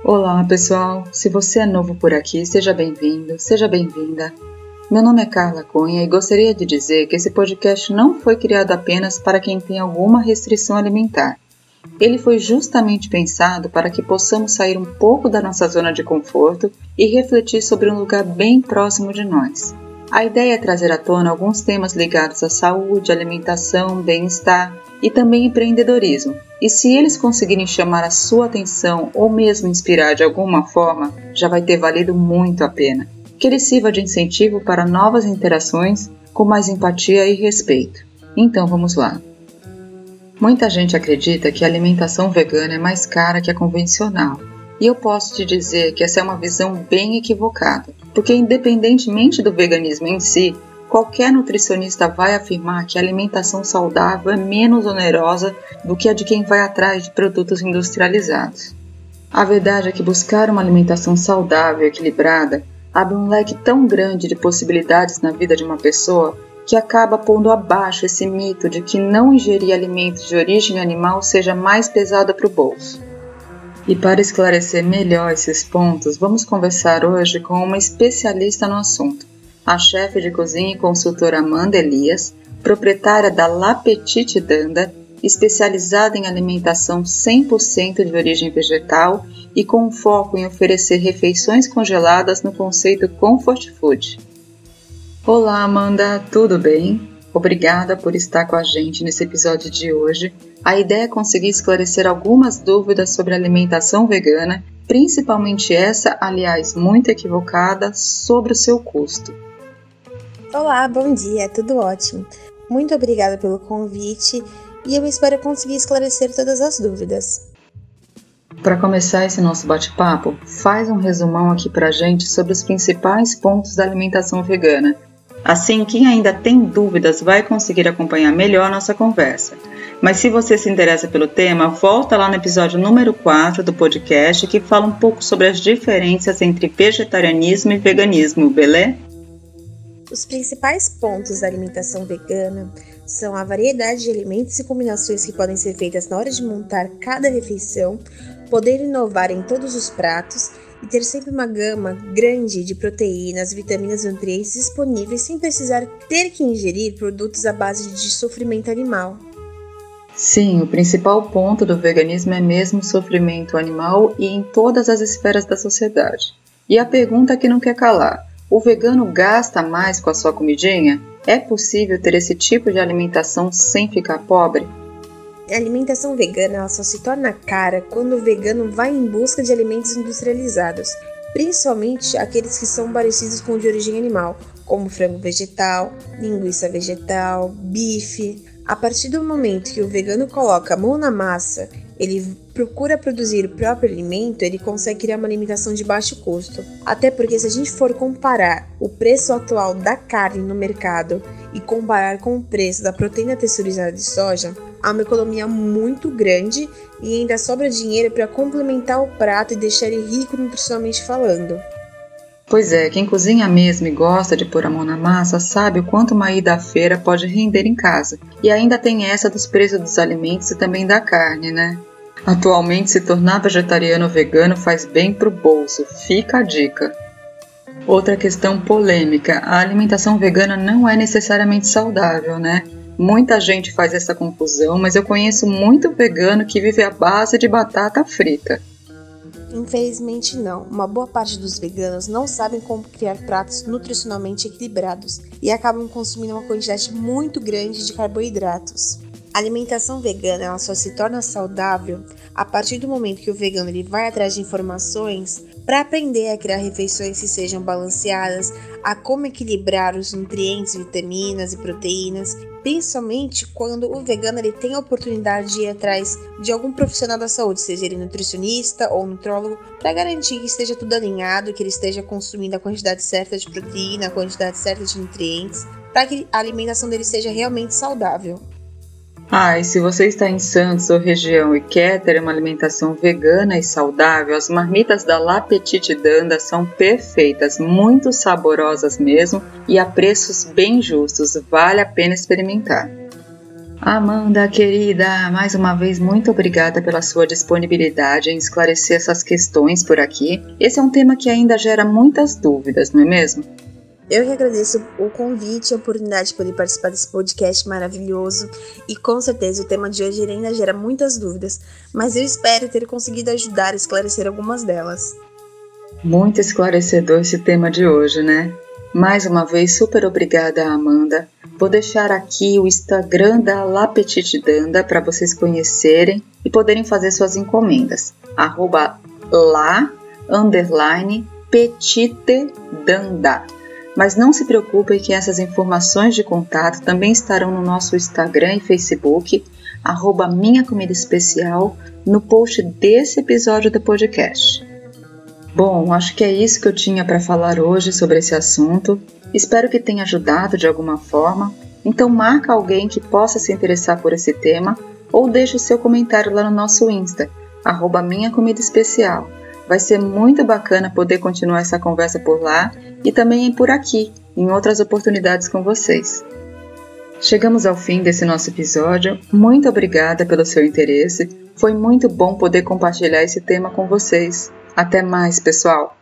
Olá pessoal, se você é novo por aqui, seja bem-vindo, seja bem-vinda. Meu nome é Carla Cunha e gostaria de dizer que esse podcast não foi criado apenas para quem tem alguma restrição alimentar. Ele foi justamente pensado para que possamos sair um pouco da nossa zona de conforto e refletir sobre um lugar bem próximo de nós. A ideia é trazer à tona alguns temas ligados à saúde, alimentação, bem-estar e também empreendedorismo. E se eles conseguirem chamar a sua atenção ou mesmo inspirar de alguma forma, já vai ter valido muito a pena. Que ele sirva de incentivo para novas interações com mais empatia e respeito. Então vamos lá. Muita gente acredita que a alimentação vegana é mais cara que a convencional. E eu posso te dizer que essa é uma visão bem equivocada, porque independentemente do veganismo em si, qualquer nutricionista vai afirmar que a alimentação saudável é menos onerosa do que a de quem vai atrás de produtos industrializados. A verdade é que buscar uma alimentação saudável e equilibrada abre um leque tão grande de possibilidades na vida de uma pessoa que acaba pondo abaixo esse mito de que não ingerir alimentos de origem animal seja mais pesado para o bolso. E para esclarecer melhor esses pontos, vamos conversar hoje com uma especialista no assunto, a chefe de cozinha e consultora Amanda Elias, proprietária da La Petite Danda, especializada em alimentação 100% de origem vegetal e com foco em oferecer refeições congeladas no conceito Comfort Food. Olá Amanda, tudo bem? Obrigada por estar com a gente nesse episódio de hoje. A ideia é conseguir esclarecer algumas dúvidas sobre alimentação vegana, principalmente essa, aliás, muito equivocada, sobre o seu custo. Olá, bom dia, tudo ótimo. Muito obrigada pelo convite e eu espero conseguir esclarecer todas as dúvidas. Para começar esse nosso bate-papo, faz um resumão aqui pra gente sobre os principais pontos da alimentação vegana. Assim, quem ainda tem dúvidas vai conseguir acompanhar melhor a nossa conversa. Mas se você se interessa pelo tema, volta lá no episódio número 4 do podcast que fala um pouco sobre as diferenças entre vegetarianismo e veganismo, beleza? Os principais pontos da alimentação vegana são a variedade de alimentos e combinações que podem ser feitas na hora de montar cada refeição, poder inovar em todos os pratos e ter sempre uma gama grande de proteínas, vitaminas e nutrientes disponíveis sem precisar ter que ingerir produtos à base de sofrimento animal. Sim, o principal ponto do veganismo é mesmo o sofrimento animal e em todas as esferas da sociedade. E a pergunta que não quer calar: o vegano gasta mais com a sua comidinha? É possível ter esse tipo de alimentação sem ficar pobre? A alimentação vegana ela só se torna cara quando o vegano vai em busca de alimentos industrializados, principalmente aqueles que são parecidos com o de origem animal, como frango vegetal, linguiça vegetal, bife. A partir do momento que o vegano coloca a mão na massa, ele procura produzir o próprio alimento, ele consegue criar uma alimentação de baixo custo. Até porque se a gente for comparar o preço atual da carne no mercado e comparar com o preço da proteína texturizada de soja, há uma economia muito grande e ainda sobra dinheiro para complementar o prato e deixar ele rico nutricionalmente falando. Pois é, quem cozinha mesmo e gosta de pôr a mão na massa sabe o quanto uma ida à feira pode render em casa. E ainda tem essa dos preços dos alimentos e também da carne, né? Atualmente, se tornar vegetariano ou vegano faz bem pro bolso, fica a dica. Outra questão polêmica: a alimentação vegana não é necessariamente saudável, né? Muita gente faz essa confusão, mas eu conheço muito vegano que vive à base de batata frita. Infelizmente não, uma boa parte dos veganos não sabem como criar pratos nutricionalmente equilibrados e acabam consumindo uma quantidade muito grande de carboidratos. A alimentação vegana ela só se torna saudável a partir do momento que o vegano ele vai atrás de informações para aprender a criar refeições que sejam balanceadas, a como equilibrar os nutrientes, vitaminas e proteínas, principalmente quando o vegano ele tem a oportunidade de ir atrás de algum profissional da saúde, seja ele nutricionista ou nutrólogo, para garantir que esteja tudo alinhado, que ele esteja consumindo a quantidade certa de proteína, a quantidade certa de nutrientes, para que a alimentação dele seja realmente saudável. E se você está em Santos ou região e quer ter uma alimentação vegana e saudável, as marmitas da La Petite Danda são perfeitas, muito saborosas mesmo e a preços bem justos, vale a pena experimentar. Amanda, querida, mais uma vez muito obrigada pela sua disponibilidade em esclarecer essas questões por aqui. Esse é um tema que ainda gera muitas dúvidas, não é mesmo? Eu que agradeço o convite e a oportunidade de poder participar desse podcast maravilhoso e com certeza o tema de hoje ainda gera muitas dúvidas, mas eu espero ter conseguido ajudar a esclarecer algumas delas. Muito esclarecedor esse tema de hoje, né? Mais uma vez, super obrigada, Amanda. Vou deixar aqui o Instagram da La Petite Danda para vocês conhecerem e poderem fazer suas encomendas. @la_petite_danda. Mas não se preocupem que essas informações de contato também estarão no nosso Instagram e Facebook, @minhacomidaespecial, no post desse episódio do podcast. Bom, acho que é isso que eu tinha para falar hoje sobre esse assunto. Espero que tenha ajudado de alguma forma. Então marca alguém que possa se interessar por esse tema ou deixa o seu comentário lá no nosso Insta, @minhacomidaespecial. Vai ser muito bacana poder continuar essa conversa por lá e também por aqui, em outras oportunidades com vocês. Chegamos ao fim desse nosso episódio. Muito obrigada pelo seu interesse. Foi muito bom poder compartilhar esse tema com vocês. Até mais, pessoal!